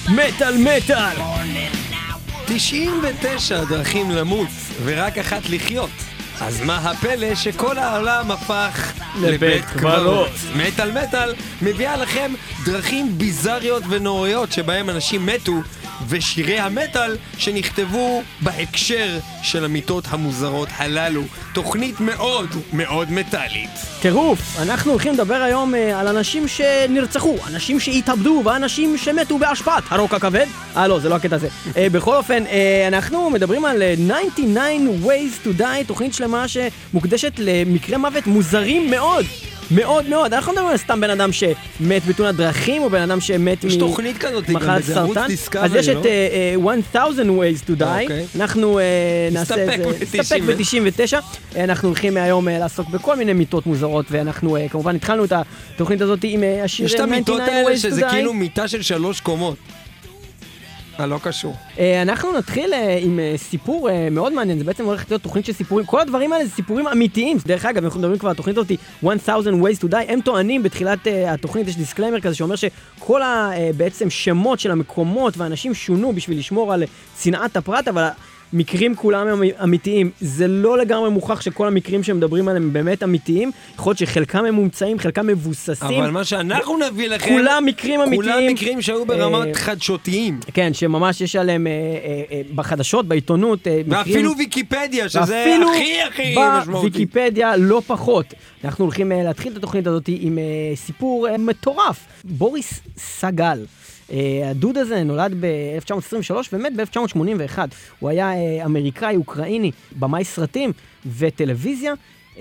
מטל מטל. 99 דרכים למות ורק אחת לחיות. אז מה הפלא שכל העולם הפך לבית קברות? מטל מטל מביאה לכם דרכים ביזריות ונוראיות שבהם אנשים מתו, ושירי המטל שנכתבו בהקשר של המיתות המוזרות הללו. תוכנית מאוד מאוד מטלית. טירוף, אנחנו הולכים לדבר היום על אנשים שנרצחו, אנשים שהתאבדו ואנשים שמתו בהשפעת הרוק הכבד. לא, זה לא הקטע הזה. בכל אופן, אנחנו מדברים על 99 Ways to Die, תוכנית שלמה שמוקדשת למקרי מוות מוזרים מאוד. מאוד מאוד, אנחנו מדברים על סתם בן אדם שמת בתאונת דרכים, או בן אדם שמת יש תוכנית כזאת, ממחלת סרטן. אז יש את 1000 Ways to Die, אנחנו נעשה את זה, נסתפק ב-99, אנחנו הולכים היום לעסוק בכל מיני מיטות מוזרות, ואנחנו כמובן התחלנו את התוכנית הזאת עם השיר 99 Ways to Die. יש את המיטות האלה שזה כאילו מיטה של 3 קומות. לא קשור. אנחנו נתחיל עם סיפור מאוד מעניין, זה בעצם הולך להיות תוכנית של סיפורים, כל הדברים האלה זה סיפורים אמיתיים. דרך אגב, אנחנו מדברים כבר על התוכנית הזאת 1000 Ways to Die, הם טוענים בתחילת התוכנית, יש דיסקליימר כזה שאומר שכל בעצם שמות של המקומות ואנשים שונו בשביל לשמור על צנעת הפרט, אבל מקרים כולם אמיתיים. זה לא לגמרי מוכח שכל המקרים שמדברים עליהם הם באמת אמיתיים, יכול להיות שחלקם הם מומצאים, חלקם מבוססים. אבל מה שאנחנו נביא לכם, כולם מקרים אמיתיים. כולם מקרים שהיו ברמת חדשותיים. כן, שממש יש עליהם בחדשות, בעיתונות, ואפילו ויקיפדיה, שזה הכי משמעותי. בוויקיפדיה לא פחות. אנחנו הולכים להתחיל את התוכנית הזאת עם סיפור מטורף. בוריס סגל. הדוד הזה נולד ב-1923 ומת ב-1981. הוא היה אמריקאי, אוקראיני, במאי סרטים וטלוויזיה,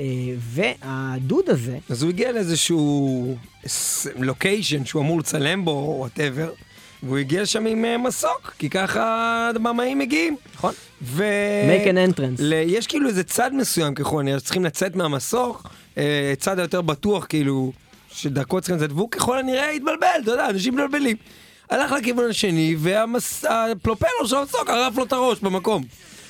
והדוד הזה... אז הוא הגיע לאיזשהו לוקיישן שהוא אמור לצלם בו, או whatever, והוא הגיע שם עם מסוק, כי ככה הבמאים מגיעים. נכון. make an entrance. יש כאילו איזה צד מסוים ככל הנראה, שצריכים לצאת מהמסוק, צד היותר בטוח כאילו, שדרכו צריכים לצאת, והוא ככל הנראה התבלבל, אתה יודע, אנשים מבלבלים. הלך לכיוון השני, והפלופלו של המסוק ערף לו את הראש במקום.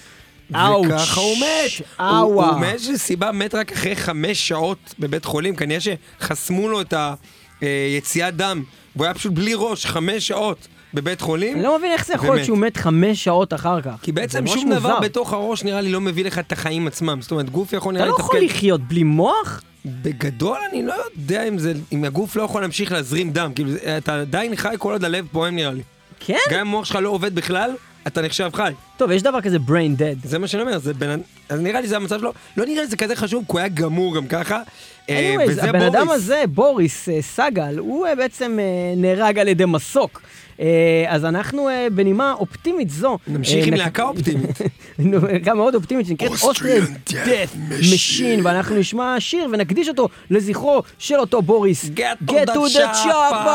וככה הוא מת. הוא מת שסיבה מת רק אחרי 5 שעות בבית חולים, כנראה שחסמו לו את היציאת דם, והוא היה פשוט בלי ראש 5 שעות בבית חולים. אני לא מבין איך זה יכול להיות שהוא מת 5 שעות אחר כך. כי בעצם שום דבר בתוך הראש נראה לי לא מביא לך את החיים עצמם. זאת אומרת, גוף יכול נראה לתפקד. אתה לא יכול לחיות בלי מוח? בגדול אני לא יודע אם הגוף לא יכול להמשיך להזרים דם. כאילו, אתה עדיין חי כל עוד הלב פועם נראה לי. כן? גם אם המוח שלך לא עובד בכלל, אתה נחשב חי. טוב, יש דבר כזה brain dead. זה מה שאני אומר, אז נראה לי זה המצב שלו. לא נראה לי זה כזה חשוב, כי הוא היה גמור גם ככה. anyways, הבן אדם הזה, בוריס סגל, הוא בעצם נהרג על ידי מסוק. אז אנחנו בנימה אופטימית זו נמשיך עם להקה אופטימית גם מאוד אופטימית שנקראת Austrian Death Machine, ואנחנו נשמע שיר ונקדיש אותו לזכרו של אותו בוריס. Get to the chopper!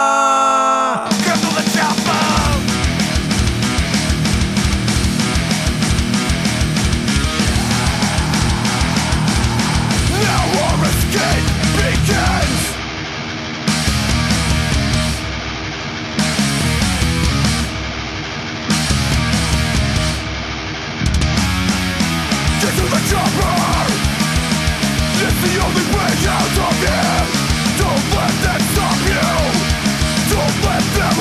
Get to the chopper! Now our escape begins! Get to the chopper! It's the only way out of here! Don't let them stop you! Don't let them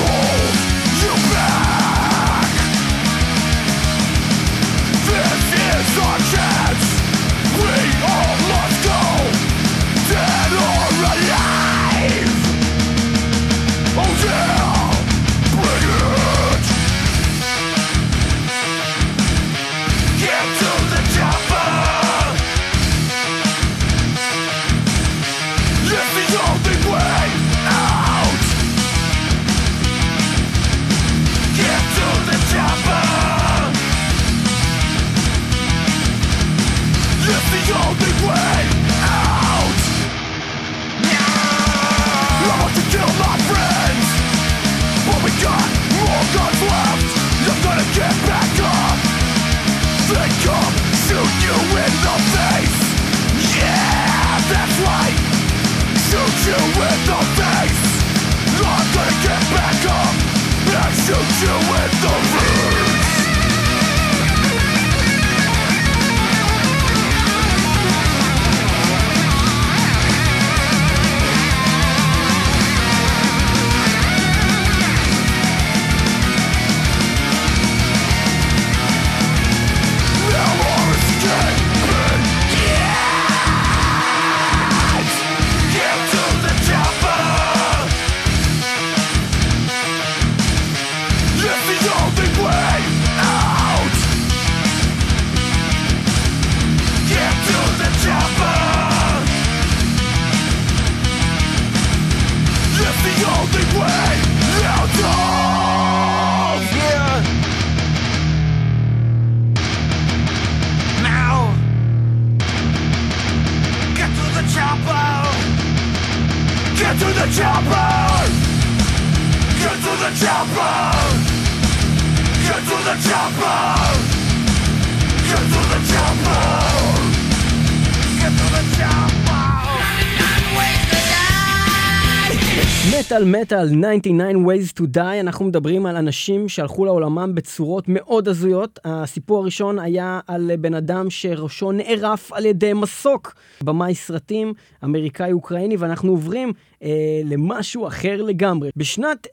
מטל מטל 99 ways to die, אנחנו מדברים על אנשים שהלכו לעולמם בצורות מאוד הזויות. הסיפור הראשון היה על בן אדם שראשו נערף על ידי מסוק, במאי סרטים אמריקאי-אוקראיני, ואנחנו עוברים למשהו אחר לגמרי. בשנת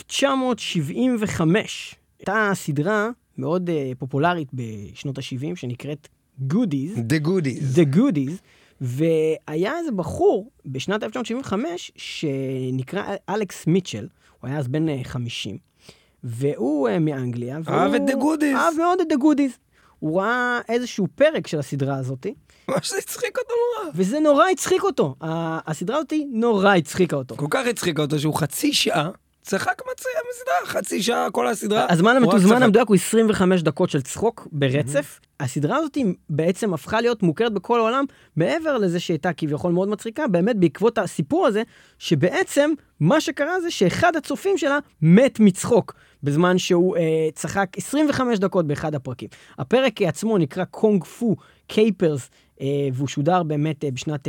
1975 הייתה סדרה מאוד פופולרית בשנות ה-70 שנקראת Goodies. The Goodies. והיה איזה בחור בשנת 1975 שנקרא אלכס מיטשל, הוא היה אז בן 50, והוא מאנגליה. אהב את The Goodies. אהב מאוד את The Goodies. הוא ראה איזשהו פרק של הסדרה הזאת. מה שזה הצחיק אותו נורא. וזה נורא הצחיק אותו. הסדרה הזאת נורא הצחיקה אותו. כל כך הצחיקה אותו שהוא חצי שעה, צחק מסדרה, חצי שעה כל הסדרה. הזמן המתוזמן המדויק הוא 25 דקות של צחוק ברצף. הסדרה הזאת בעצם הפכה להיות מוכרת בכל העולם, מעבר לזה שהייתה כביכול מאוד מצחיקה, באמת בעקבות הסיפור הזה, שבעצם מה שקרה זה שאחד הצופים שלה מת מצחוק, בזמן שהוא צחק 25 דקות באחד הפרקים. הפרק עצמו נקרא קונג פו קייפרס, והוא שודר באמת בשנת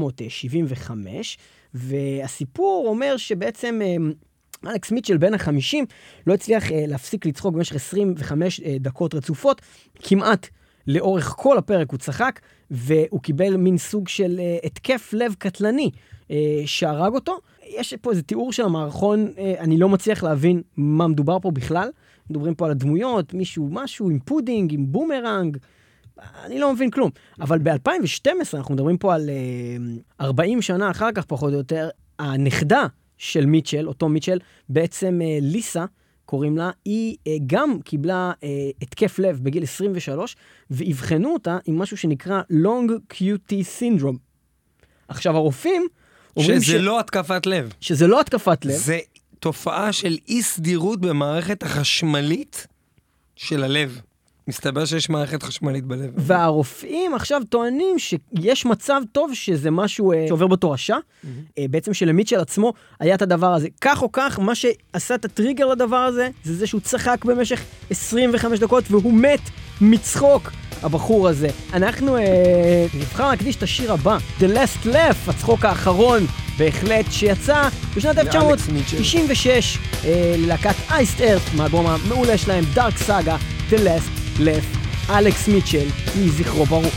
1975, והסיפור אומר שבעצם אלכס מיטשל בן ה-50 לא הצליח להפסיק לצחוק במשך 25 דקות רצופות, כמעט לאורך כל הפרק הוא צחק, והוא קיבל מין סוג של התקף לב קטלני שהרג אותו. יש פה איזה תיאור של המערכון, אני לא מצליח להבין מה מדובר פה בכלל. מדברים פה על הדמויות, משהו עם פודינג, עם בומרנג, אני לא מבין כלום. אבל ב-2012 אנחנו מדברים פה על 40 שנה אחר כך פחות או יותר, הנכדה של מיטשל, אותו מיטשל, בעצם ליסה, קוראים לה, היא גם קיבלה התקף לב בגיל 23, והבחנו אותה עם משהו שנקרא Long QT Syndrome. עכשיו הרופאים אומרים שזה לא התקפת לב. שזה לא התקפת לב. זה תופעה של אי סדירות במערכת החשמלית של הלב. מסתבר שיש מערכת חשמלית בלב. והרופאים עכשיו טוענים שיש מצב טוב שזה משהו שעובר בתורשה, בעצם שלמיטשל עצמו היה את הדבר הזה. כך או כך, מה שעשה את הטריגר לדבר הזה, זה שהוא צחק במשך 25 דקות, והוא מת מצחוק, הבחור הזה. אנחנו נבחר להקדיש את השיר הבא, The Last Laugh, הצחוק האחרון, בהחלט, שיצא בשנת 1996 ללהקת Iced Earth, מהאלבום המעולה שלהם, Dark Saga, The Last Laugh, אלכס מיטשל, יהי זכרו ברוך.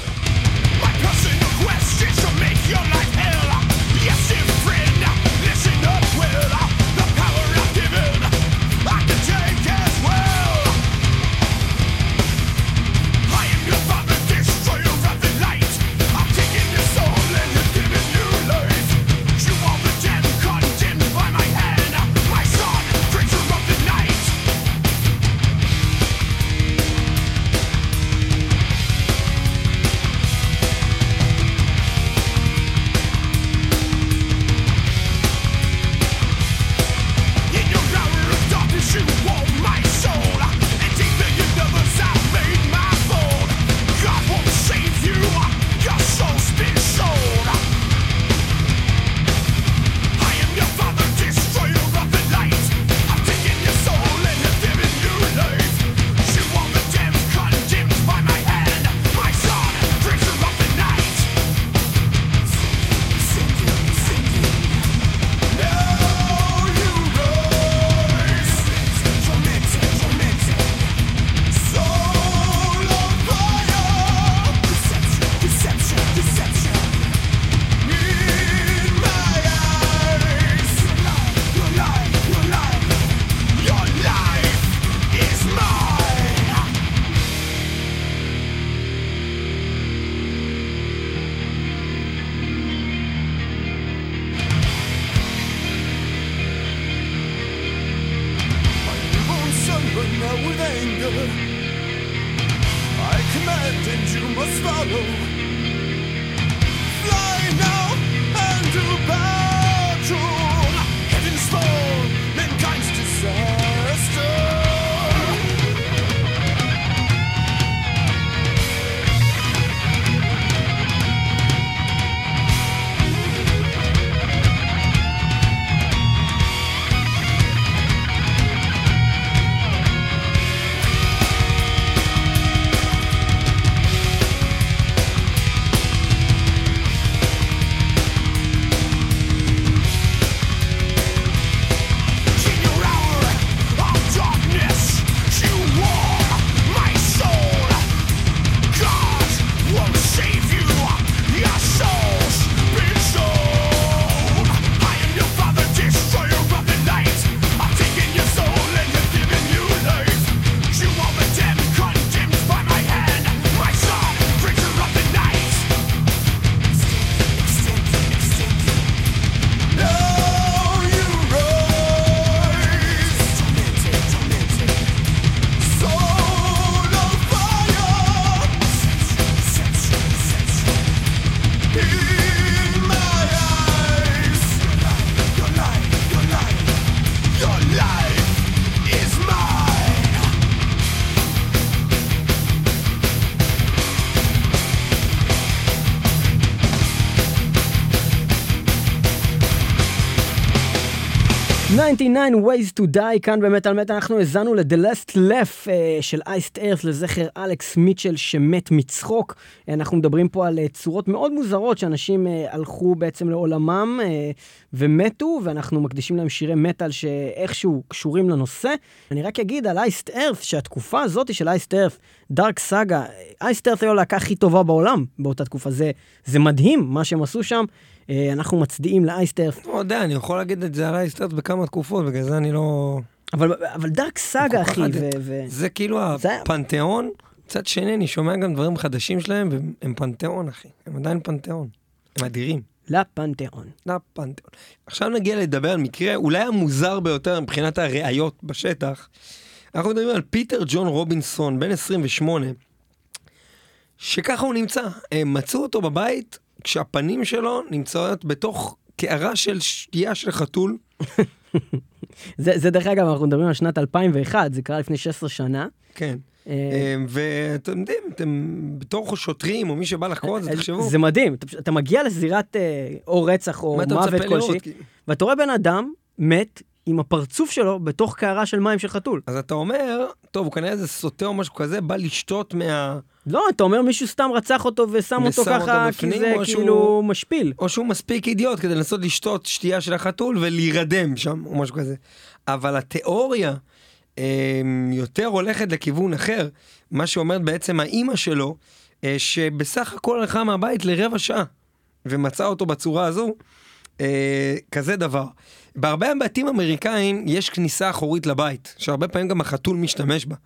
99 Ways to Die, כאן במטל מטל אנחנו הזנו ל-The Last Laugh של Iced Earth לזכר אלכס מיטשל שמת מצחוק. אנחנו מדברים פה על צורות מאוד מוזרות שאנשים הלכו בעצם לעולמם ומתו, ואנחנו מקדישים להם שירי מטל שאיכשהו קשורים לנושא. אני רק אגיד על Iced Earth שהתקופה הזאת של Iced Earth, Dark Saga, Iced Earth היה להקה הכי טובה בעולם באותה תקופה. זה מדהים מה שהם עשו שם. אנחנו מצדיעים לאייסט ארת'. לא יודע, אני יכול להגיד את זה על אייסט ארת' בכמה תקופות, בגלל זה אני לא... אבל דארק סאגה, אחי, זה כאילו הפנתיאון, מצד שני, אני שומע גם דברים חדשים שלהם, והם פנתיאון, אחי. הם עדיין פנתיאון. הם אדירים. לפנתיאון. עכשיו נגיע לדבר על מקרה, אולי המוזר ביותר מבחינת הראיות בשטח. אנחנו מדברים על פיטר ג'ון רובינסון, בן 28, שככה הוא נמצא. הם מצאו אותו בבית, כשהפנים שלו נמצאות בתוך קערה של שתייה של חתול. זה דרך אגב, אנחנו מדברים על שנת 2001, זה קרה לפני 16 שנה. כן. ואתם יודעים, אתם בתור שוטרים או מי שבא לחקור, אז תחשבו. זה מדהים, אתה מגיע לזירת או רצח או מוות כלשהי, ואתה רואה בן אדם מת עם הפרצוף שלו בתוך קערה של מים של חתול. אז אתה אומר, טוב, הוא כנראה איזה סוטה או משהו כזה, בא לשתות מה... לא, אתה אומר מישהו סתם רצח אותו ושם אותו ככה, כי זה כאילו משפיל. או שהוא מספיק אידיוט כדי לנסות לשתות שתייה של החתול ולהירדם שם, או משהו כזה. אבל התיאוריה יותר הולכת לכיוון אחר, מה שאומרת בעצם האמא שלו, שבסך הכל הלכה מהבית לרבע שעה, ומצא אותו בצורה הזו, כזה דבר. בהרבה בתים אמריקאים יש כניסה אחורית לבית, שהרבה פעמים גם החתול משתמש בה.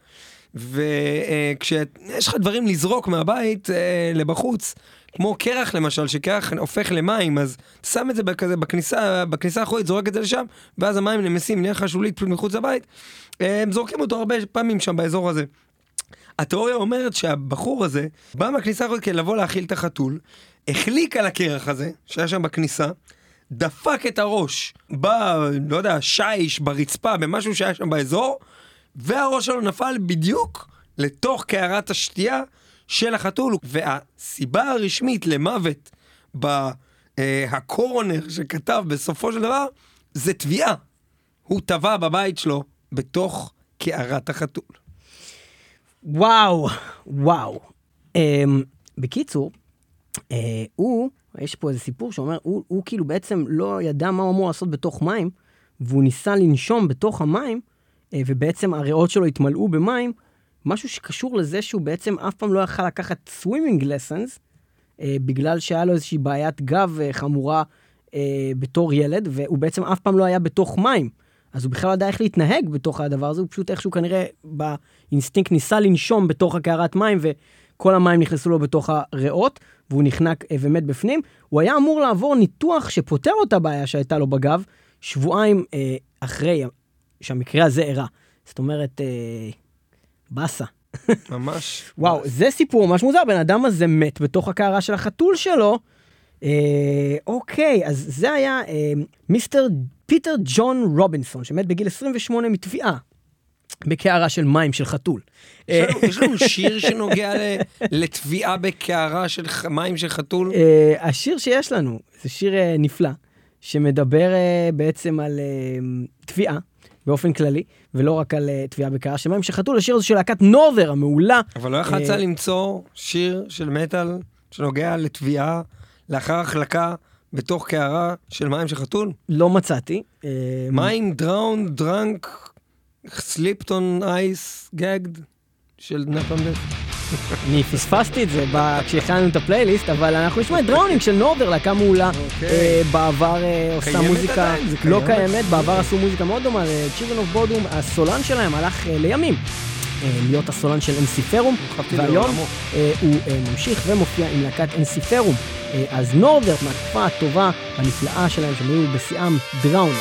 וכשיש לך דברים לזרוק מהבית לבחוץ, כמו קרח למשל, שקרח הופך למים, אז אתה שם את זה כזה בכניסה האחורית, זורק את זה לשם, ואז המים נמסים, נהיה לך שולית מחוץ לבית, הם זורקים אותו הרבה פעמים שם באזור הזה. התיאוריה אומרת שהבחור הזה בא מהכניסה האחורית כדי לבוא להאכיל את החתול, החליק על הקרח הזה, שהיה שם בכניסה, דפק את הראש, לא יודע, שיש, ברצפה, במשהו שהיה שם באזור, והראש שלו נפל בדיוק לתוך קערת השתייה של החתול. והסיבה הרשמית למוות הקורונר שכתב בסופו של דבר, זה תביעה. הוא טבע בבית שלו בתוך קערת החתול. וואו. בקיצור, יש פה איזה סיפור שאומר, הוא כאילו בעצם לא ידע מה הוא אמור לעשות בתוך מים, והוא ניסה לנשום בתוך המים, ובעצם הריאות שלו התמלאו במים, משהו שקשור לזה שהוא בעצם אף פעם לא יכל לקחת swimming lessons, בגלל שהיה לו איזושהי בעיית גב חמורה בתור ילד, והוא בעצם אף פעם לא היה בתוך מים. אז הוא בכלל לא ידע איך להתנהג בתוך הדבר הזה, הוא פשוט איכשהו כנראה באינסטינקט ניסה לנשום בתוך הקערת מים, וכל המים נכנסו לו בתוך הריאות, והוא נחנק ומת בפנים. הוא היה אמור לעבור ניתוח שפותר אותה בעיה שהייתה לו בגב, שבועיים אחרי שהמקרה הזה אירע. זאת אומרת, בסה. ממש. וואו, זה סיפור ממש מוזר, בן אדם הזה מת בתוך הקערה של החתול שלו. אוקיי, אז זה היה מיסטר פיטר ג'ון רובינסון, שמת בגיל 28 מתביעה, בקערה של מים של חתול. יש לנו שיר שנוגע לתביעה בקערה של מים של חתול? השיר שיש לנו, זה שיר נפלא, שמדבר בעצם על תביעה, באופן כללי, ולא רק על תביעה בקערה של מים של חתול. השיר הזה של להקת נורת'ר המעולה. אבל לא יכולת למצוא שיר של מטל שנוגע לתביעה לאחר החלקה בתוך קערה של מים של חתול? לא מצאתי. מים, drowned, drunk, slipped on ice, gagged, של נפלם דף. אני פספסתי את זה כשהכנו את הפלייליסט, אבל אנחנו נשמע את דראונינג של נורת'ר, להקה מעולה. בעבר עושה מוזיקה, לא קיימת, בעבר עשו מוזיקה מאוד דומה, Children of Bodom, הסולן שלהם הלך לימים להיות הסולן של אנסיפרום, והיום הוא ממשיך ומופיע עם להקת אנסיפרום. אז נורת'ר, מהתקופה הטובה הנפלאה שלהם, שהם היו בשיאם, דראונינג.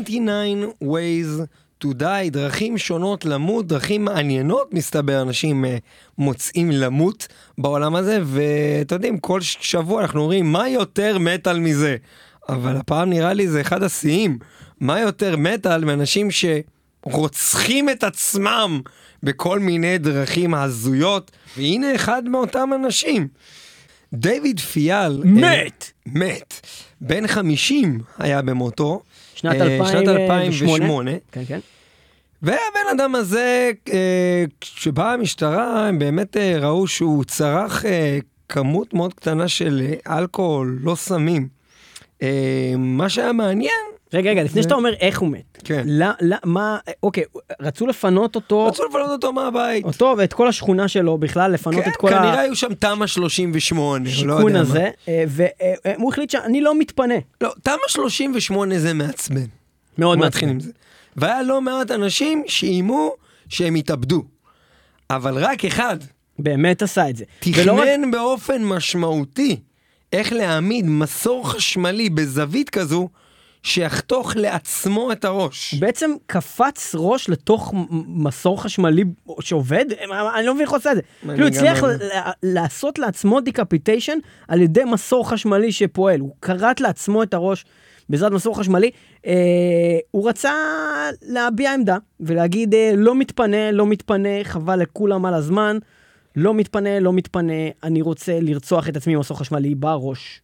99 ways to die, דרכים שונות למות, דרכים מעניינות, מסתבר, אנשים מוצאים למות בעולם הזה, ואתה יודעים, כל שבוע אנחנו אומרים, מה יותר מטל מזה? אבל הפעם נראה לי זה אחד השיאים, מה יותר מטל מאנשים שרוצחים את עצמם בכל מיני דרכים הזויות, והנה אחד מאותם אנשים, דיוויד פיאל, מת, בן 50 היה במותו, שנת 2008. כן, כן. והבן אדם הזה, כשבאה המשטרה, הם באמת ראו שהוא צרך כמות מאוד קטנה של אלכוהול, לא סמים. מה שהיה מעניין... רגע, לפני שאתה אומר איך הוא מת. כן. אוקיי, רצו לפנות אותו... רצו לפנות אותו מהבית. אותו ואת כל השכונה שלו בכלל, לפנות את כל כן, כנראה היו שם תמה 38. שיכון הזה, והוא החליט שאני לא מתפנה. לא, תמה 38 זה מעצבן. מאוד מעצבן. והיה לא מעט אנשים שאימו שהם התאבדו. אבל רק אחד. באמת עשה את זה. תכנן באופן משמעותי איך להעמיד מסור חשמלי בזווית כזו, שיחתוך לעצמו את הראש. בעצם קפץ ראש לתוך מסור חשמלי שעובד? אני לא מבין איך הוא עושה את זה. הוא הצליח לעשות לעצמו דיקפיטיישן על ידי מסור חשמלי שפועל. הוא קראת לעצמו את הראש בעזרת מסור חשמלי. הוא רצה להביע עמדה ולהגיד לא מתפנה, חבל לכולם על הזמן, לא מתפנה, אני רוצה לרצוח את עצמי עם מסור חשמלי בראש.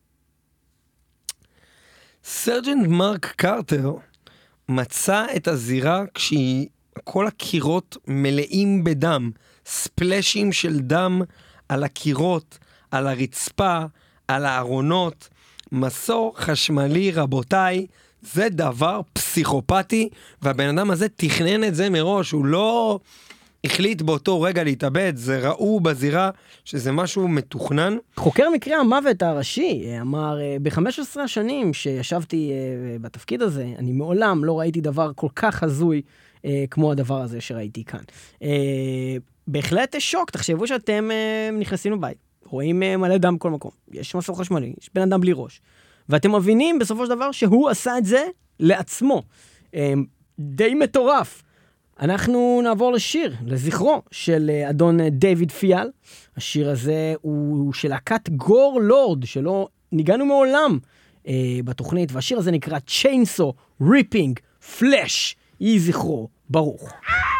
סרג'נט מרק קרטר מצא את הזירה כשכל הקירות מלאים בדם, ספלשים של דם על הקירות, על הרצפה, על הארונות, מסור חשמלי רבותיי, זה דבר פסיכופתי, והבן אדם הזה תכנן את זה מראש, הוא לא החליט באותו רגע להתאבד, זה ראו בזירה שזה משהו מתוכנן. חוקר מקרה המוות הראשי אמר, ב-15 השנים שישבתי בתפקיד הזה, אני מעולם לא ראיתי דבר כל כך הזוי כמו הדבר הזה שראיתי כאן. בהחלט שוק, תחשבו שאתם נכנסים לבית, רואים מלא דם בכל מקום, יש מסור חשמלי, יש בן אדם בלי ראש, ואתם מבינים בסופו של דבר שהוא עשה את זה לעצמו. די מטורף. אנחנו נעבור לשיר, לזכרו של אדון דיוויד פיאל. השיר הזה הוא של להקת גור לורד, שלא ניגענו מעולם בתוכנית, והשיר הזה נקרא Chainsaw Ripping Flesh. יהי זכרו ברוך.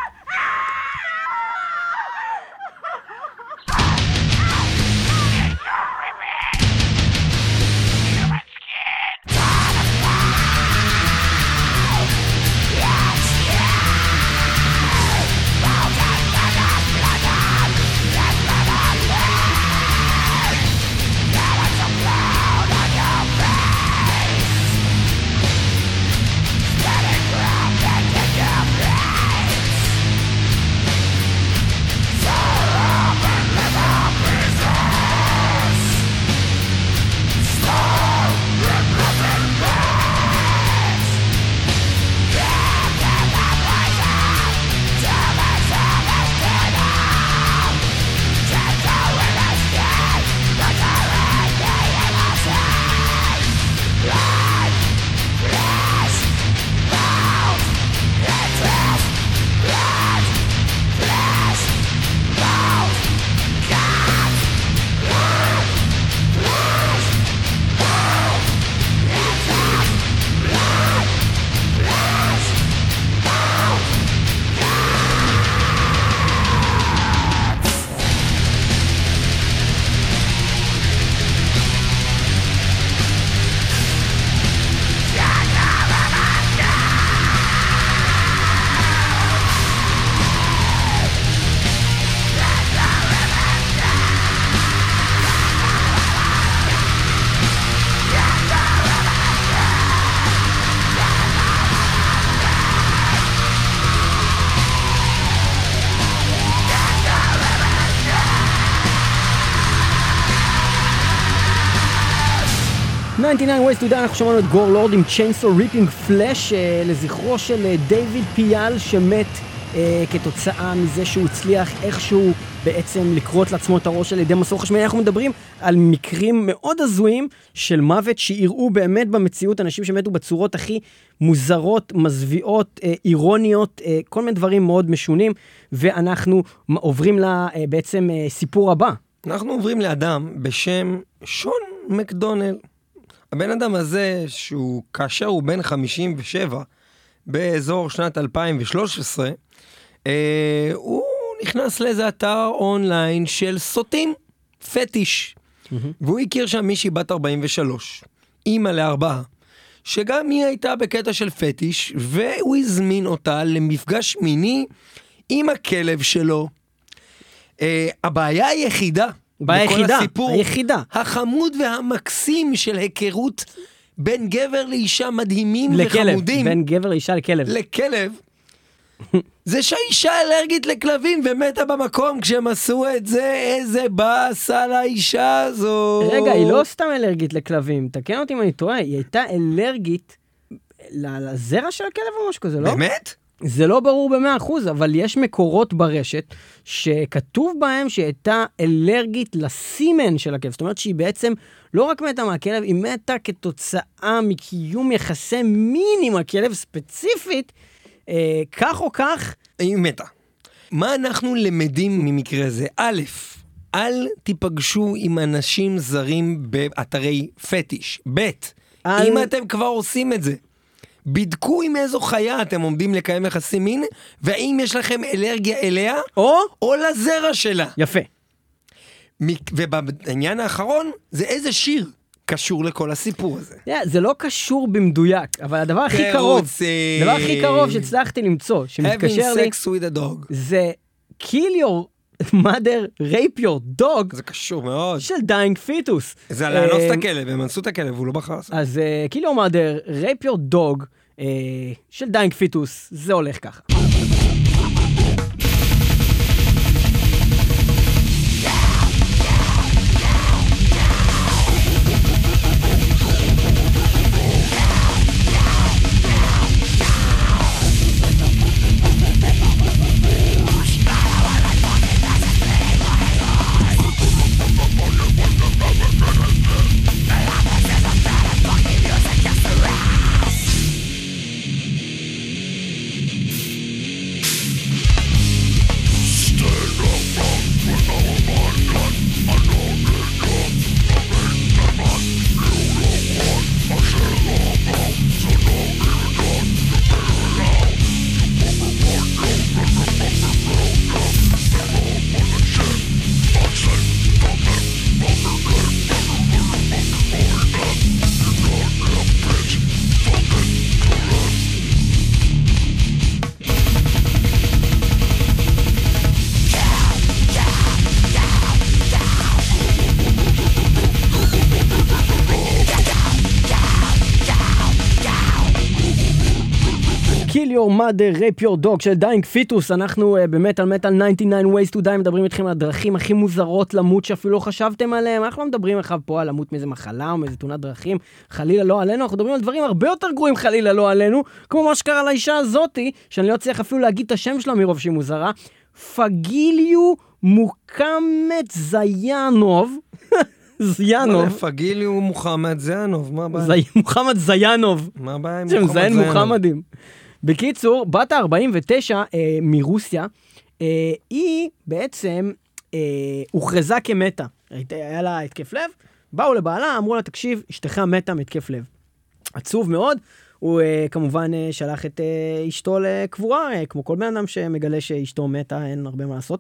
Ways to Die, אנחנו שמענו את גור לורד עם Chainsaw Ripping Flesh לזכרו של דיוויד פיאל שמת כתוצאה מזה שהוא הצליח איכשהו בעצם לקרות לעצמו את הראש על ידי מסור חשמלי. אנחנו מדברים על מקרים מאוד הזויים של מוות שיראו באמת במציאות אנשים שמתו בצורות הכי מוזרות, מזוויעות, אירוניות, כל מיני דברים מאוד משונים, ואנחנו עוברים בעצם סיפור הבא. אנחנו עוברים לאדם בשם שון מקדונל. הבן אדם הזה, שהוא כאשר הוא בן 57, באזור שנת 2013, הוא נכנס לאיזה אתר אונליין של סוטים, פטיש. והוא הכיר שם מישהי בת 43, אימא לארבעה, שגם היא הייתה בקטע של פטיש, והוא הזמין אותה למפגש מיני עם הכלב שלו. הבעיה היחידה, בכל הסיפור, החמוד והמקסים של היכרות בין גבר לאישה מדהימים וחמודים. בין גבר לאישה לכלב. לכלב. זה שהאישה אלרגית לכלבים ומתה במקום כשהם עשו את זה, איזה באס על האישה הזו. רגע, היא לא סתם אלרגית לכלבים, תקן אותי אם אני טועה, היא הייתה אלרגית לזרע של הכלב או משהו כזה, לא? באמת? זה לא ברור ב100%, אבל יש מקורות ברשת שכתוב בהם שהיא הייתה אלרגית לסימן של הכלב. זאת אומרת שהיא בעצם לא רק מתה מהכלב, היא מתה כתוצאה מקיום יחסי מין עם הכלב ספציפית, כך או כך. היא מתה. מה אנחנו למדים ממקרה זה? א', אל תיפגשו עם אנשים זרים באתרי פטיש. ב', אם אתם כבר עושים את זה, בדקו עם איזו חיה אתם עומדים לקיים יחסי מין, והאם יש לכם אלרגיה אליה, או לזרע שלה. יפה. ובעניין האחרון, זה איזה שיר קשור לכל הסיפור הזה. זה לא קשור במדויק, אבל הדבר הכי קרוב שהצלחתי למצוא, שמתקשר לי, having sex with a dog. זה kill your mother, rape your dog. זה קשור מאוד. של dying fetus. זה לאנוס את הכלב, הם אנסו את הכלב, והוא לא בחר. אז kill your mother, rape your dog, של dying fetus, זה הולך ככה. Kill your mother, rape your dog של dying fetus. אנחנו במטל 99 ways to die מדברים איתכם על הדרכים הכי מוזרות למות שאפילו לא חשבתם עליהם. אנחנו לא מדברים לך פה על למות מאיזה מחלה או מאיזה תאונת דרכים, חלילה לא עלינו. אנחנו מדברים על דברים הרבה יותר גרועים חלילה לא עלינו, כמו מה שקרה לאישה הזאתי, שאני לא צריך אפילו להגיד את השם שלה מרוב שהיא מוזרה, פגיליו מוקמת זיינוב. זיינוב. פגיליו מוחמד זיינוב, מה הבעיה? מוחמד זיינוב. מה הבעיה עם מוחמד זיינוב? מוחמדים. בקיצור, בת ה-49 מרוסיה, היא בעצם הוכרזה כמתה. היה לה התקף לב, באו לבעלה, אמרו לה, תקשיב, אשתך מתה מתקף לב. עצוב מאוד, הוא כמובן שלח את אשתו לקבורה, כמו כל בן אדם שמגלה שאשתו מתה, אין הרבה מה לעשות.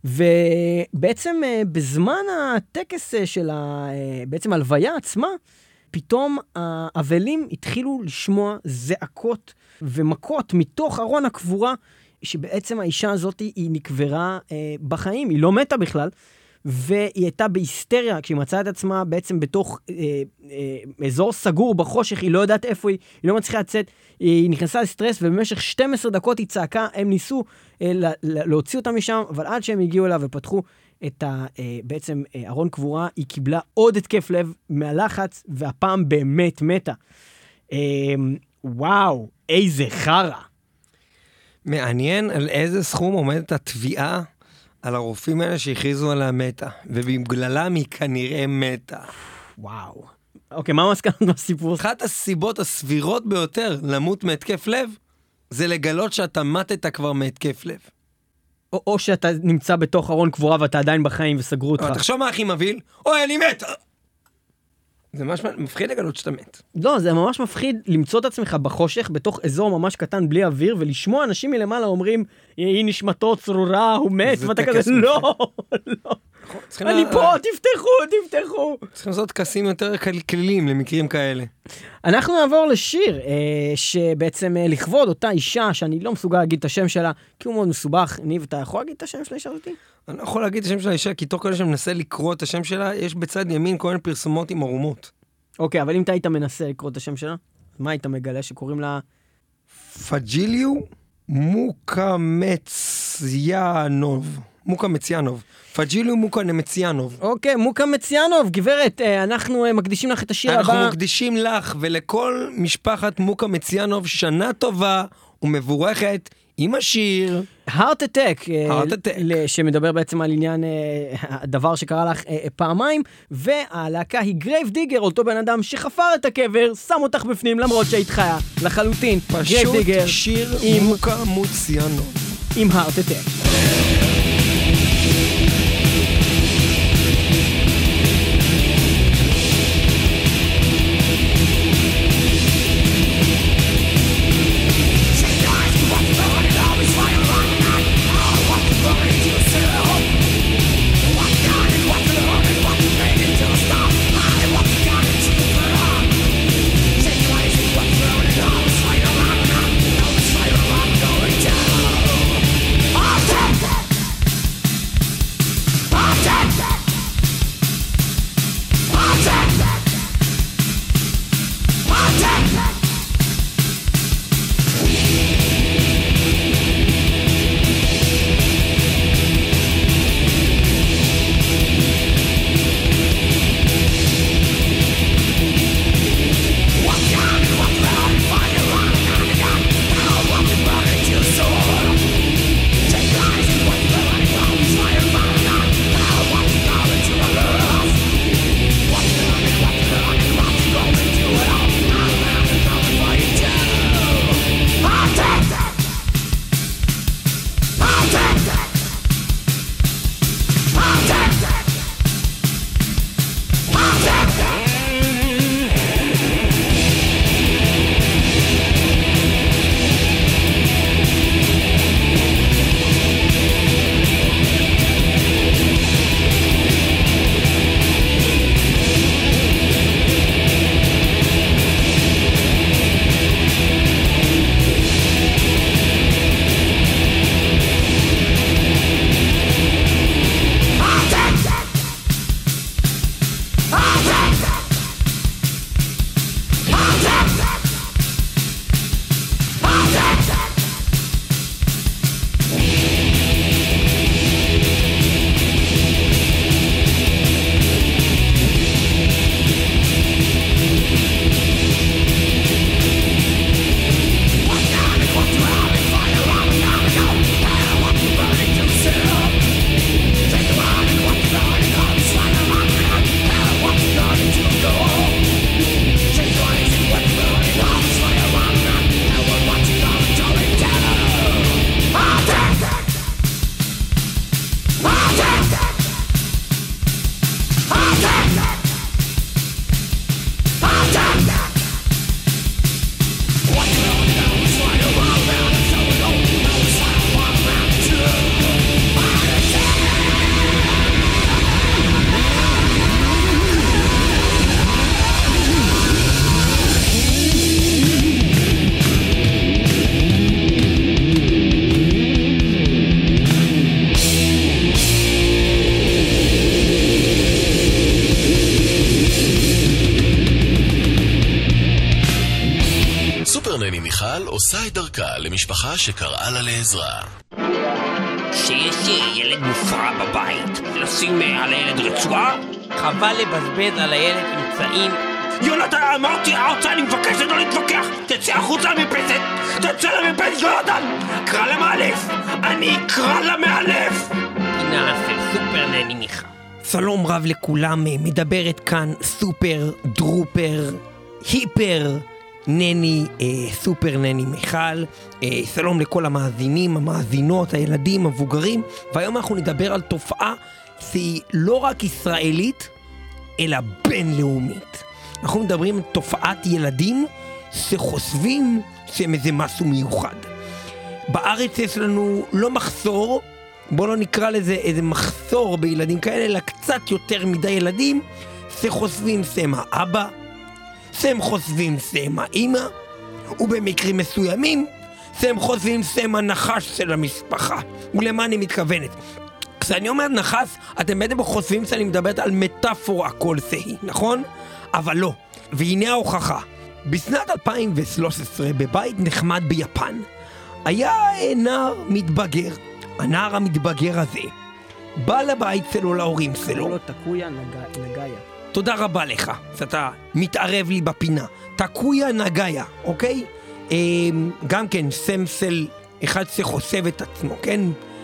ובעצם בזמן הטקס של בעצם הלוויה עצמה, פתאום האבלים התחילו לשמוע זעקות ומכות מתוך ארון הקבורה, שבעצם האישה הזאת היא נקברה בחיים, היא לא מתה בכלל, והיא הייתה בהיסטריה, כשהיא מצאה את עצמה בעצם בתוך אזור סגור בחושך, היא לא יודעת איפה היא, היא לא מצליחה לצאת, היא נכנסה לסטרס, ובמשך 12 דקות היא צעקה, הם ניסו להוציא אותה משם, אבל עד שהם הגיעו אליו ופתחו את בעצם ארון קבורה, היא קיבלה עוד התקף לב מהלחץ, והפעם באמת מתה. וואו, איזה חרה. מעניין על איזה סכום עומדת התביעה על הרופאים האלה שהכריזו עליה מתה, ובגללם היא כנראה מתה. וואו. אוקיי, מה המסקנות בסיפור? אחת הסיבות הסבירות ביותר למות מהתקף לב, זה לגלות שאתה מתת כבר מהתקף לב. או שאתה נמצא בתוך ארון קבורה ואתה עדיין בחיים וסגרו אותך. תחשוב מה הכי מבהיל, אוי, אני מת! זה ממש מפחיד לגלות שאתה מת. לא, זה ממש מפחיד למצוא את עצמך בחושך, בתוך אזור ממש קטן בלי אוויר, ולשמוע אנשים מלמעלה אומרים, היא נשמתו צרורה, הוא מת, ואתה כזה, לא, לא. אני פה, תפתחו. צריכים לעשות טקסים יותר כלילים למקרים כאלה. אנחנו נעבור לשיר, שבעצם לכבוד אותה אישה, שאני לא מסוגל להגיד את השם שלה, כי הוא מאוד מסובך. ניב, אתה יכול להגיד את השם של האישה אותי? אני לא יכול להגיד את השם של האישה, כי תוך כדי שמנסה לקרוא את השם שלה, יש בצד ימין כל מיני פרסומות עם ערומות. אוקיי, אבל אם אתה היית מנסה לקרוא את השם שלה, מה היית מגלה שקוראים לה? פג'יליו מוקה-מציאנוב. פג'יליו מוקה-מציאנוב. אוקיי, מוקה-מציאנוב, גברת, אנחנו מקדישים לך את השיר הבא. אנחנו מקדישים לך ולכל משפחת מוקה-מציאנוב שנה טובה ומבורכת עם השיר Heart Attack, שמדבר בעצם על עניין הדבר שקרה לך פעמיים, והלהקה היא Grave Digger, אותו בן אדם שחפר את הקבר, שם אותך בפנים למרות שהיית חיה, לחלוטין. פשוט שיר מוקה-מציאנוב עם Heart Attack. עושה את דרכה למשפחה שקראה לה לעזרה. שיש ילד מופרע בבית, לשים על הילד רצועה? חבל לבזבז על הילד אמצעים יונתן, אמרתי ארצה, אני מבקש לא להתווכח. תצא החוצה למרפסת, תצא למרפסת, יונתן. קרא למאלף, אני אקרא למאלף. פינה של סופר נני מיכה. שלום רב לכולם, מדברת כאן סופר דרופר היפר נני, סופר נני מיכל. שלום לכל המאזינים, המאזינות, הילדים, המבוגרים. והיום אנחנו נדבר על תופעה שהיא לא רק ישראלית, אלא בינלאומית. אנחנו מדברים על תופעת ילדים שחושבים שהם איזה משהו מיוחד. בארץ יש לנו לא מחסור, בוא לא נקרא לזה איזה מחסור בילדים כאלה, אלא קצת יותר מדי ילדים שחושבים שהם האבא, שהם חושבים שהם האמא, ובמקרים מסוימים שהם חושבים שהם הנחש של המשפחה. ולמה אני מתכוונת? כשאני אומר נחש, אתם בעצם חושבים שאני מדברת על מטאפורה כלשהי, נכון? אבל לא. והנה ההוכחה. בשנת 2013, בבית נחמד ביפן, היה נער מתבגר. הנער המתבגר הזה בא לבית שלו להורים שלו. לא, תקויה נגאיה. תודה רבה לך, שאתה מתערב לי בפינה. תקויה נגאיה, אוקיי? גם כן שם של אחד שחושב את עצמו, כן?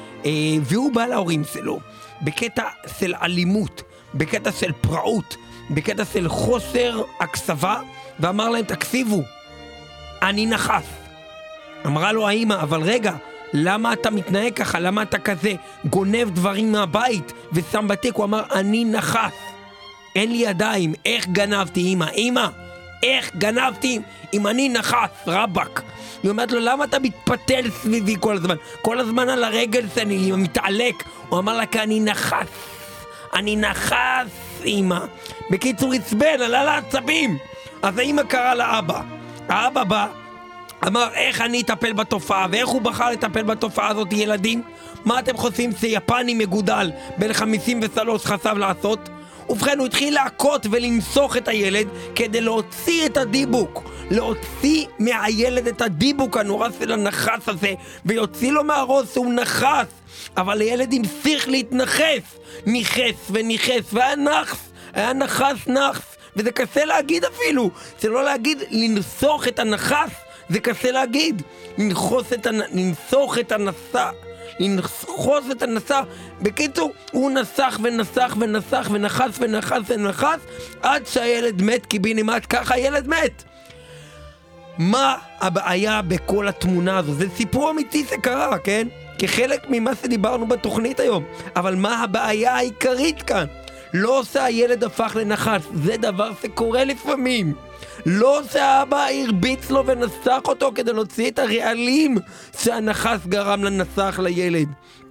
והוא בא להורים שלו בקטע של אלימות, בקטע של פרעות, בקטע של חוסר הקשבה, ואמר להם, תקשיבו, אני נחש. אמרה לו האמא, אבל רגע, למה אתה מתנהג ככה? למה אתה כזה גונב דברים מהבית ושם בתיק? הוא אמר, אני נחש, אין לי ידיים. איך גנבתי, אמא? אמא, איך גנבתי אם אני נחש, רבק? היא אומרת לו, למה אתה מתפתל סביבי כל הזמן? כל הזמן על הרגל שאני מתעלק. הוא אמר לה, כי אני נחש. אני נחש, אמא. בקיצור, עצבן, עלה לעצבים. אז האמא קרא לאבא. האבא בא, אמר, איך אני אטפל בתופעה? ואיך הוא בחר לטפל בתופעה הזאת, ילדים? מה אתם חושבים שיפני מגודל בין 53 חשב לעשות? ובכן, הוא התחיל להכות ולמסוך את הילד כדי להוציא את הדיבוק, להוציא מהילד את הדיבוק הנורא של הנחס הזה, ויוציא לו מהראש שהוא נחס. אבל הילד המשיך להתנחס, ניחס וניחס, והיה נחס נחס, וזה קשה להגיד אפילו, זה לא להגיד לנסוך את הנחס, זה קשה להגיד, לנסוך את הנסה. בקיצור, הוא נסח ונסח ונסח ונחס ונחס ונחס עד שהילד מת קיבינימט. ככה הילד מת. מה הבעיה בכל התמונה הזו? זה סיפור אמיתי שקרה, כן? כחלק ממה שדיברנו בתוכנית היום. אבל מה הבעיה העיקרית כאן? לא שהילד הפך לנחש, זה דבר שקורה לפעמים. לא שהאבא הרביץ לו ונסח אותו כדי להוציא את הרעלים שהנחש גרם לנסח לילד.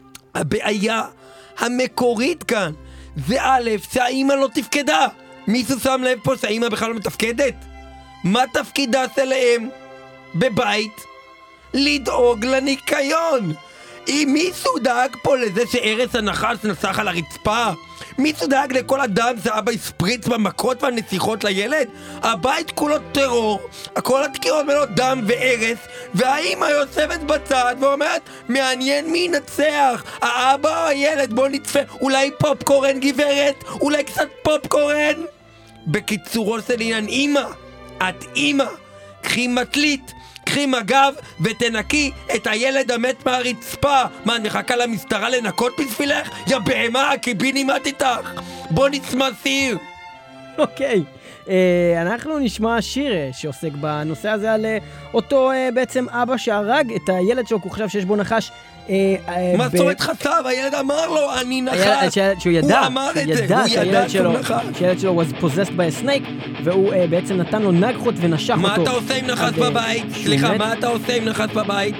הבעיה המקורית כאן זה א', שהאימא לא תפקדה. מישהו שם לב פה שהאימא בכלל לא מתפקדת? מה תפקידה שלהם בבית? לדאוג לניקיון. אם מישהו דאג פה לזה שערס הנחש נסח על הרצפה, מישהו דאג לכל אדם שאבא הספריץ במכות והנסיכות לילד? הבית כולו טרור, כל הדקירות מלא דם וערס, והאמא יושבת בצד ואומרת, מעניין מי ינצח, האבא או הילד? בוא נצפה, אולי פופקורן גברת? אולי קצת פופקורן? בקיצורו של עניין, אמא, את אמא, קחי מטלית, קחי מגב ותנקי את הילד המת מהרצפה. מה, את מחכה למסתרה לנקות בשבילך? יא בהמה, קיבינימט איתך. בוא נשמע סיר. אוקיי, אנחנו נשמע שיר שעוסק בנושא הזה על אותו בעצם אבא שהרג את הילד שלו, כי הוא חשב שיש בו נחש. מה זאת אומרת חשב? הילד אמר לו, אני נחש. שהוא ידע, הוא אמר את זה, הוא ידע שהוא נחש. שהילד שלו was possessed by a snake, והוא בעצם נתן לו נגחות ונשך אותו. מה אתה עושה עם נחש בבית? סליחה, מה אתה עושה עם נחש בבית?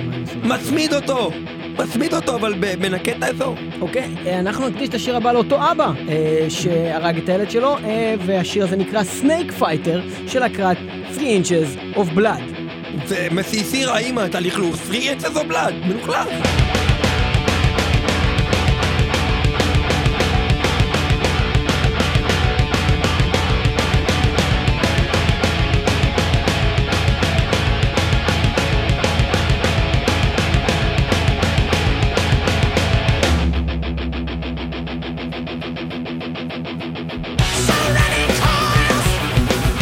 מצמיד אותו, אבל מנקה את האזור. אוקיי, אנחנו נקדיש את השיר הבא לאותו אבא שהרג את הילד שלו, והשיר הזה נקרא Snake Fighter של הקראת 3 Inches of Blood. זה מסיסיר האמא, אתה לכלוך 3 Inches of Blood, מנוכלך. So many times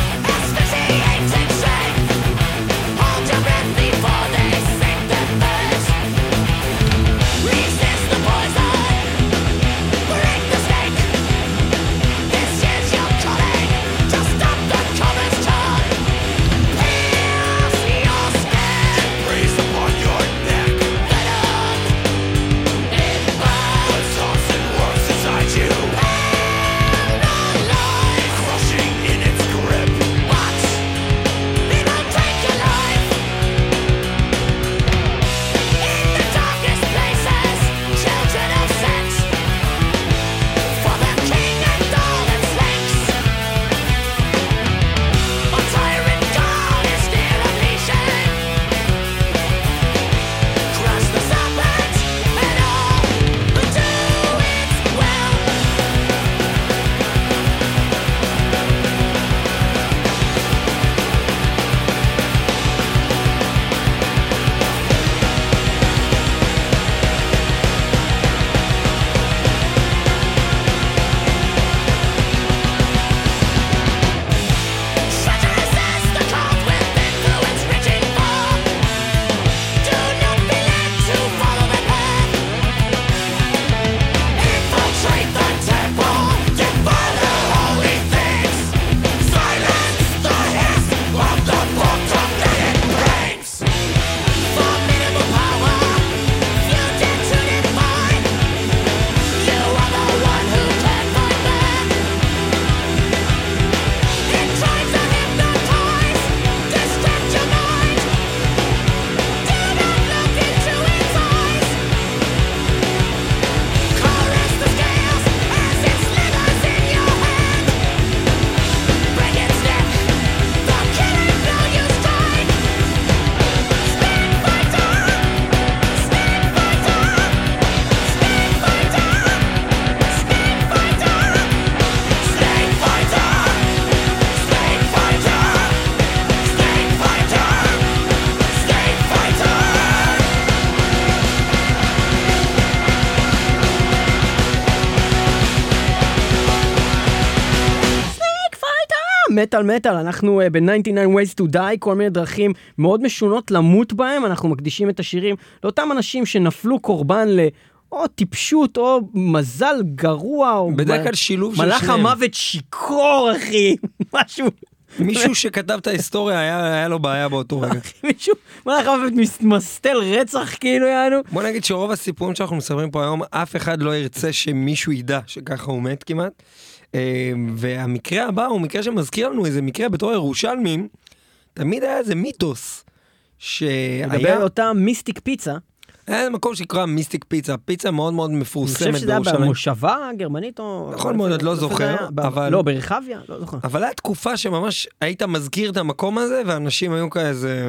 מטל, אנחנו ב-99 Ways to Die, כל מיני דרכים מאוד משונות למות בהם, אנחנו מקדישים את השירים לאותם אנשים שנפלו קורבן או טיפשות, או מזל גרוע, או בדרך כלל שילוב של מלאך שניהם. המוות שיקור, אחי, משהו. מישהו שכתב את ההיסטוריה, היה לו בעיה באותו רגע. מישהו, מלאך המוות מסתל רצח, כאילו, יענו. בוא נגיד שרוב הסיפורים שאנחנו מספרים פה היום, אף אחד לא ירצה שמישהו ידע שככה הוא מת כמעט. והמקרה הבא הוא מקרה שמזכיר לנו איזה מקרה בתור ירושלמים, תמיד היה איזה מיתוס, לגבי אותה מיסטיק פיצה. היה מקום שקרא מיסטיק פיצה, פיצה מאוד מאוד מפורסמת בירושלים. אני חושב שזה היה בירושלים. במושבה הגרמנית או... נכון מאוד, את לא זוכר, אבל... לא, ברחביה? לא זוכר. אבל היה תקופה שממש היית מזכיר את המקום הזה, ואנשים היו כאיזה...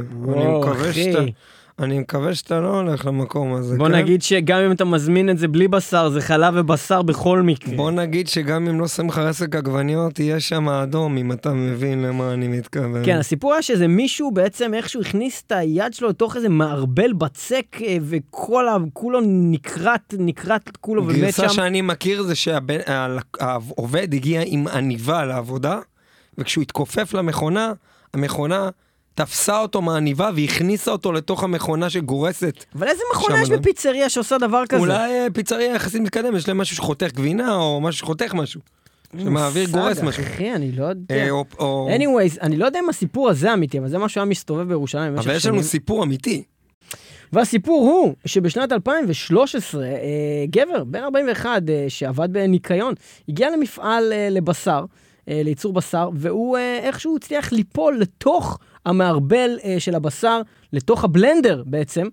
אני מקווה שאתה לא הולך למקום הזה. בוא נגיד שגם אם אתה מזמין את זה בלי בשר, זה חלב ובשר בכל מקרה. בוא נגיד שגם אם לא שמים לך רסק עגבניות, יהיה שם האדום, אם אתה מבין למה אני מתכוון. כן, הסיפור היה שזה מישהו בעצם איכשהו הכניס את היד שלו לתוך איזה מערבל בצק, וכולו נקרט כולו ומת שם. גרסה שאני מכיר זה שהעובד הגיע עם עניבה לעבודה, וכשהוא התכופף למכונה, המכונה תפסה אותו מהעניבה והכניסה אותו לתוך המכונה שגורסת. אבל איזה מכונה יש בפיצריה שעושה דבר כזה? אולי פיצריה יחסית מתקדם, יש להם משהו שחותך גבינה, או משהו שחותך משהו. שמעביר גורס משהו. אחי, אני לא יודע. anyways, אני לא יודע אם הסיפור הזה אמיתי, אבל זה משהו היה מסתובב בירושלים. אבל יש לנו סיפור אמיתי. והסיפור הוא שבשנת 2013, גבר, בן 41, שעבד בניקיון, הגיע למפעל לבשר, לייצור בשר, והוא איכשהו הצליח ליפול לתוך המערבל של הבשר, לתוך הבלנדר בעצם,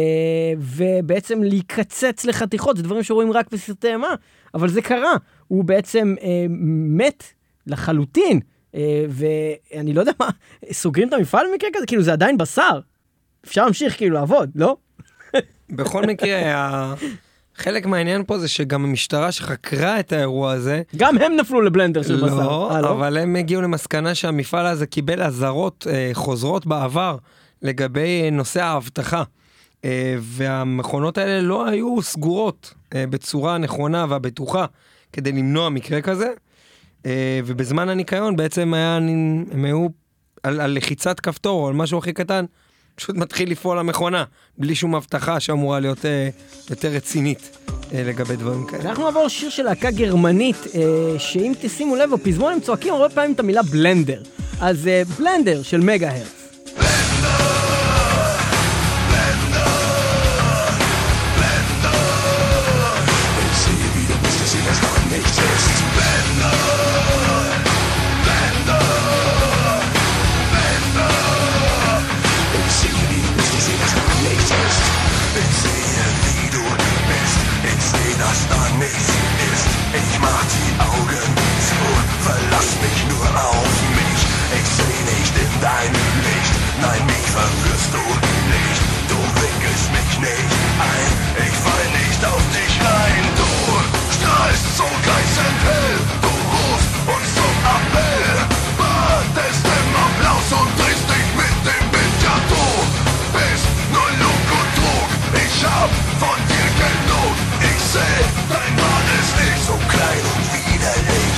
ובעצם להיקצץ לחתיכות, זה דברים שרואים רק בסרטי אימה, אבל זה קרה, הוא בעצם מת לחלוטין, ואני לא יודע מה, סוגרים את המפעל במקרה כזה, כאילו זה עדיין בשר, אפשר להמשיך כאילו לעבוד, לא? בכל מקרה, חלק מהעניין פה זה שגם המשטרה שחקרה את האירוע הזה, גם הם נפלו לבלנדר של בשר. לא, אבל הם הגיעו למסקנה שהמפעל הזה קיבל עזרות חוזרות בעבר לגבי נושא האבטחה. והמכונות האלה לא היו סגורות בצורה הנכונה והבטוחה כדי למנוע מקרה כזה. ובזמן הניקיון בעצם הם היו על לחיצת כפתור או על משהו הכי קטן, פשוט מתחיל לפעול המכונה, בלי שום הבטחה שאמורה להיות יותר רצינית לגבי דברים כאלה. אנחנו נעבור שיר של להקה גרמנית, שאם תשימו לב, בפזמון הם צועקים הרבה פעמים את המילה בלנדר. אז בלנדר של מגה הרץ. Dass da nichts ist, ich mach die Augen zu, verlass mich nur auf mich, ich seh nicht in deinem Licht, nein, mich verwirrst du nicht, du winkelst mich nicht ein, ich fall nicht auf dich rein, du strahlst so gleißend hell, du rufst uns zum Appell, wartest im Applaus und drehst dich mit dem Wind, ja du bist nur Lug und Trug, ich hab von dir genug, ich seh, dein Mann ist nicht so klein und widerlich.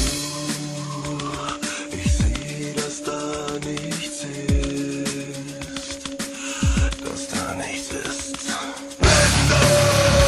Ich seh, dass da nichts ist, dass da nichts ist. Blender!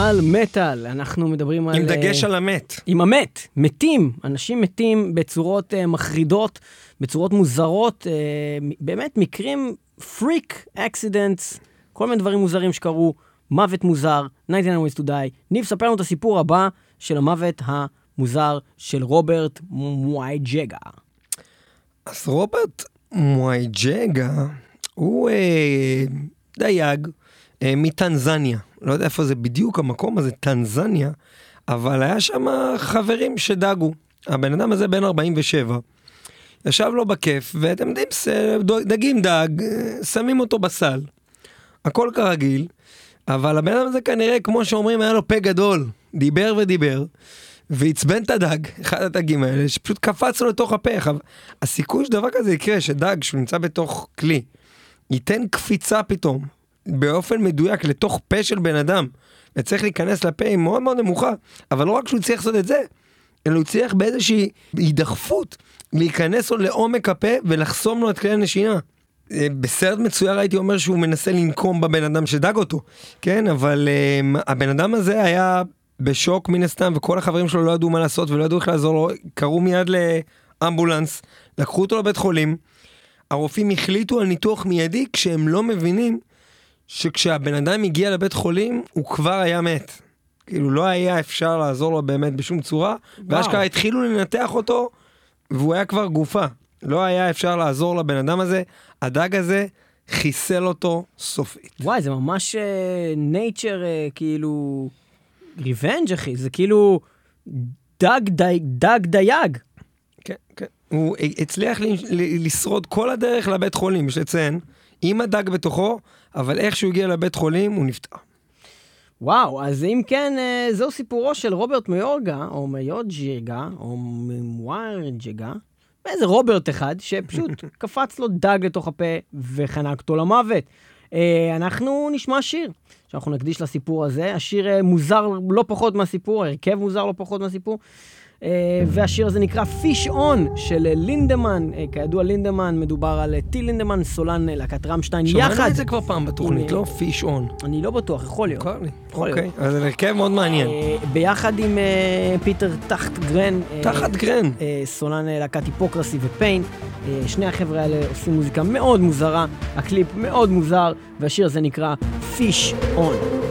על מטל, אנחנו מדברים על... עם דגש על המת. עם המת, מתים, אנשים מתים בצורות מחרידות, בצורות מוזרות, באמת מקרים פריק אקסידנטס, כל מיני דברים מוזרים שקרו, מוות מוזר, 99 Ways to Die. ניב, ספר לנו את הסיפור הבא של המוות המוזר של רוברט מווייג'גה. אז רוברט מווייג'גה הוא דייג מטנזניה. לא יודע איפה זה בדיוק המקום הזה, טנזניה, אבל היה שם חברים שדגו. הבן אדם הזה בן 47, ישב לו בכיף, ואתם יודעים, דגים דג, שמים אותו בסל. הכל כרגיל, אבל הבן אדם הזה כנראה, כמו שאומרים, היה לו פה גדול, דיבר ודיבר, והצבן את הדג, אחד הדגים האלה, שפשוט קפץ לו לתוך הפה. הסיכוי שדבר כזה יקרה, שדג שהוא נמצא בתוך כלי, ייתן קפיצה פתאום, באופן מדויק לתוך פה של בן אדם, וצריך להיכנס לפה היא מאוד מאוד נמוכה, אבל לא רק שהוא צריך לעשות את זה, אלא הוא צריך באיזושהי הידחפות, להיכנס לו לעומק הפה, ולחסום לו את כלי הנשינה. בסרט מצויר הייתי אומר שהוא מנסה לנקום בבן אדם שדג אותו, כן, אבל הבן אדם הזה היה בשוק מן הסתם, וכל החברים שלו לא ידעו מה לעשות, ולא ידעו איך לעזור לו, קראו מיד לאמבולנס, לקחו אותו לבית חולים, הרופאים החליטו על ניתוח מיידי, כשהם לא מבינים, שכשהבן אדם הגיע לבית חולים, הוא כבר היה מת. כאילו לא היה אפשר לעזור לו באמת בשום צורה, ואשכרה התחילו לנתח אותו, והוא היה כבר גופה. לא היה אפשר לעזור לבן אדם הזה, הדג הזה חיסל אותו סופית. וואי, זה ממש nature, כאילו, ריבנג' אחי, זה כאילו דג דייג. כן, כן. הוא הצליח לשרוד כל הדרך לבית חולים, יש לציין, עם הדג בתוכו, אבל איך שהוא הגיע לבית חולים, הוא נפטר. וואו, אז אם כן, זהו סיפורו של רוברט מיורגה, או מיוג'גה, או מווייג'גה, איזה רוברט אחד, שפשוט קפץ לו דג לתוך הפה, וחנק אותו למוות. אנחנו נשמע שיר, שאנחנו נקדיש לסיפור הזה, השיר מוזר לא פחות מהסיפור, הרכב מוזר לא פחות מהסיפור, והשיר הזה נקרא Fish On של לינדמן. כידוע לינדמן מדובר על טי לינדמן, סולן להקת רמשטיין יחד. שמענו את זה כבר פעם בתוכנית, לא? Fish On. אני לא בטוח, יכול להיות. אוקיי, אז זה הרכב מאוד מעניין. ביחד עם פיטר תחת-גרן. תחת-גרן. סולן להקת היפוקרסי ופיין. שני החבר'ה האלה עושים מוזיקה מאוד מוזרה, הקליפ מאוד מוזר, והשיר הזה נקרא Fish On.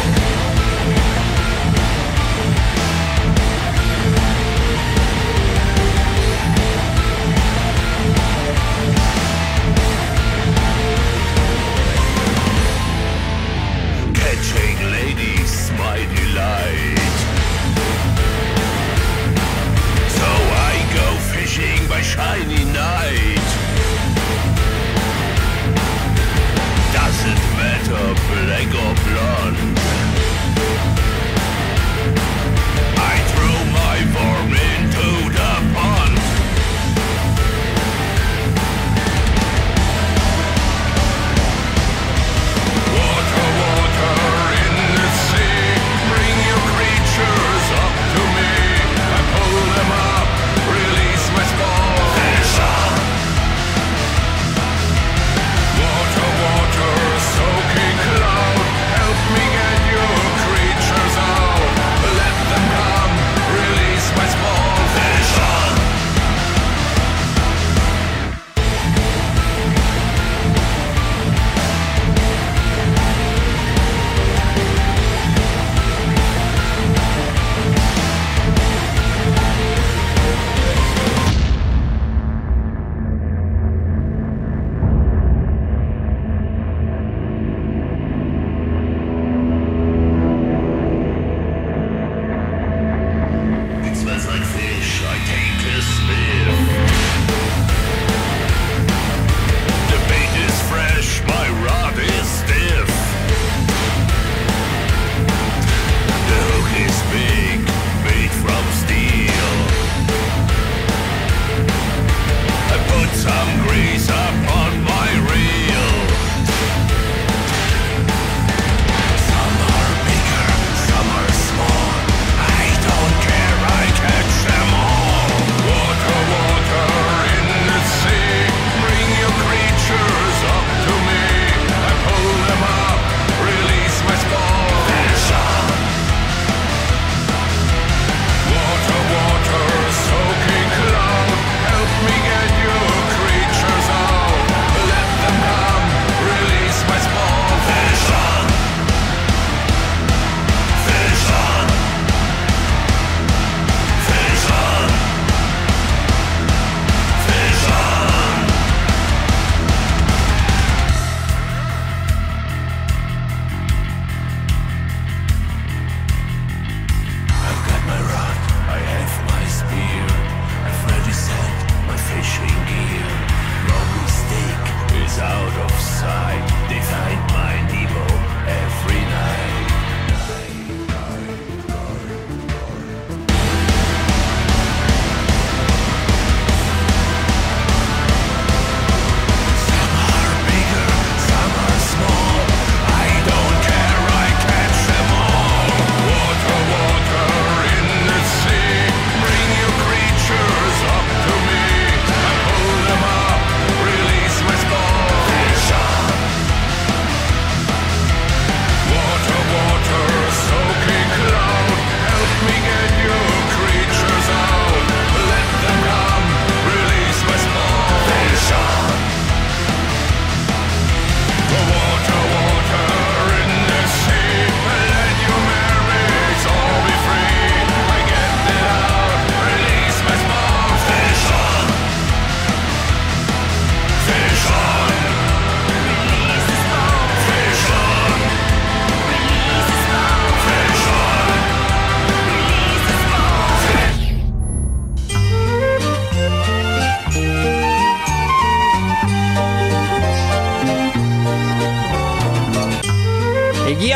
Shiny night. Doesn't matter black or blonde.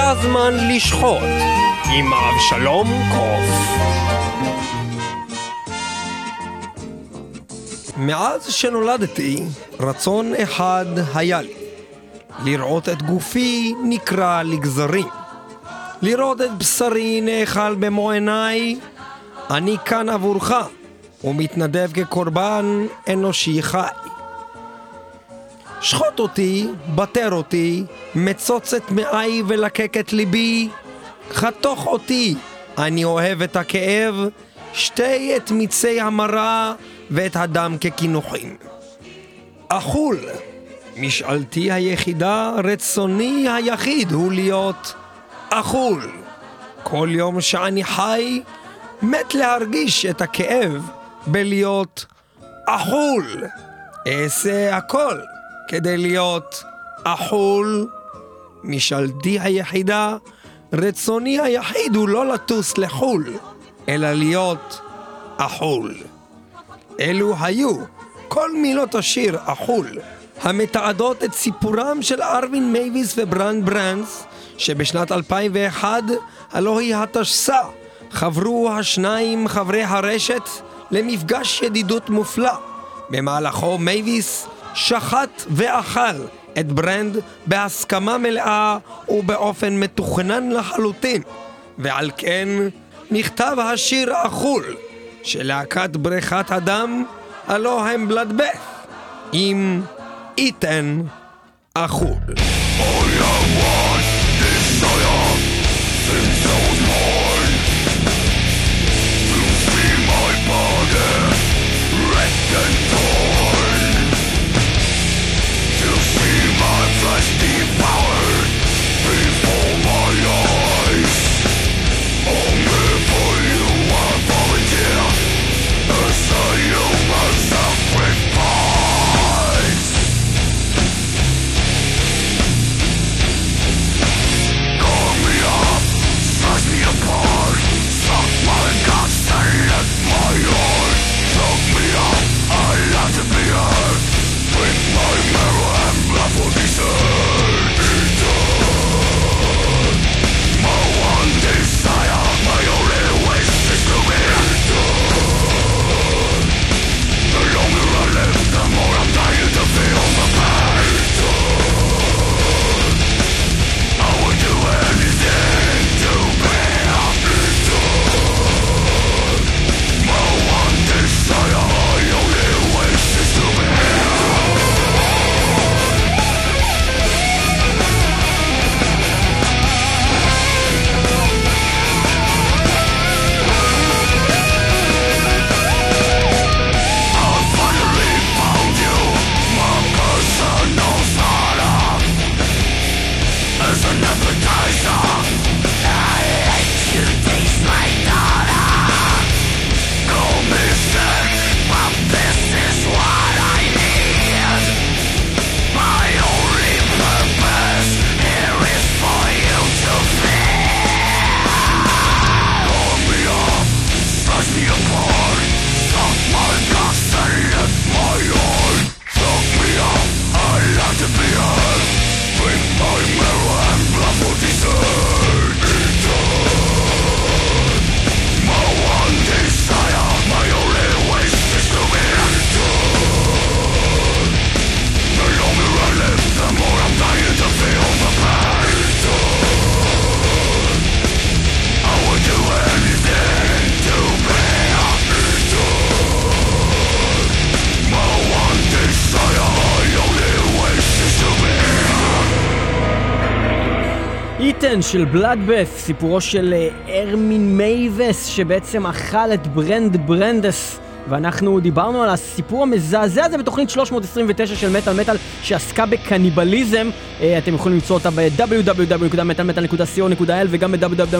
הזמן לשחוט עם אבשלום קוף. מאז שנולדתי, רצון אחד היה לי. לראות את גופי נקרע לגזרים. לראות את בשרי נאכל במו עיניי. אני כאן עבורך, ומתנדב כקורבן אנושי חי. שחוט אותי, בטר אותי, מצוץ את מאי ולקק את ליבי. חתוך אותי, אני אוהב את הכאב, שתי את מיצי המרה ואת הדם ככינוחים. אכול, משאלתי היחידה, רצוני היחיד הוא להיות אכול. כל יום שאני חי, מת להרגיש את הכאב בלהיות אכול. אעשה הכל כדי להיות אכול. משאלתי היחידה, רצוני היחיד הוא לא לטוס לחול, אלא להיות אכול. אלו היו כל מילות השיר אכול, המתעדות את סיפורם של ארווין מייביס וברנד ברנדס, שבשנת 2001, הלא היא התשס"א, חברו השניים חברי הרשת למפגש ידידות מופלא. במהלכו מייביס שחט ואכל את ברנד בהסכמה מלאה ובאופן מתוכנן לחלוטין, ועל כן נכתב השיר אכול של להקת בריכת הדם, הלא הם בלאדבאת' עם איתן אכול. איתן של בלאדבאת', סיפורו של ארווין מייביס שבעצם אכל את ברנד ברנדס, ואנחנו דיברנו על הסיפור המזעזע הזה בתוכנית 329 של מטל מטל שעסקה בקניבליזם. אתם יכולים למצוא אותה ב-www.metalmetal.co.il וגם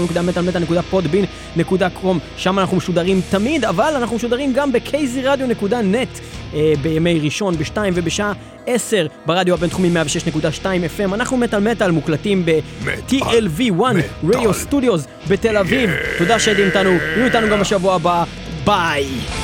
ב-www.metalmetal.podbean.com. שם אנחנו משודרים תמיד, אבל אנחנו משודרים גם ב-kzradio.net בימי ראשון ב-2 ובשעה 10 ברדיו הבינתחומי 106.2 FM. אנחנו מטל מטל מוקלטים ב-TLV1 רדיו סטודיוס בתל אביב. תודה שהייתם איתנו, יהיו איתנו גם בשבוע הבא. ביי.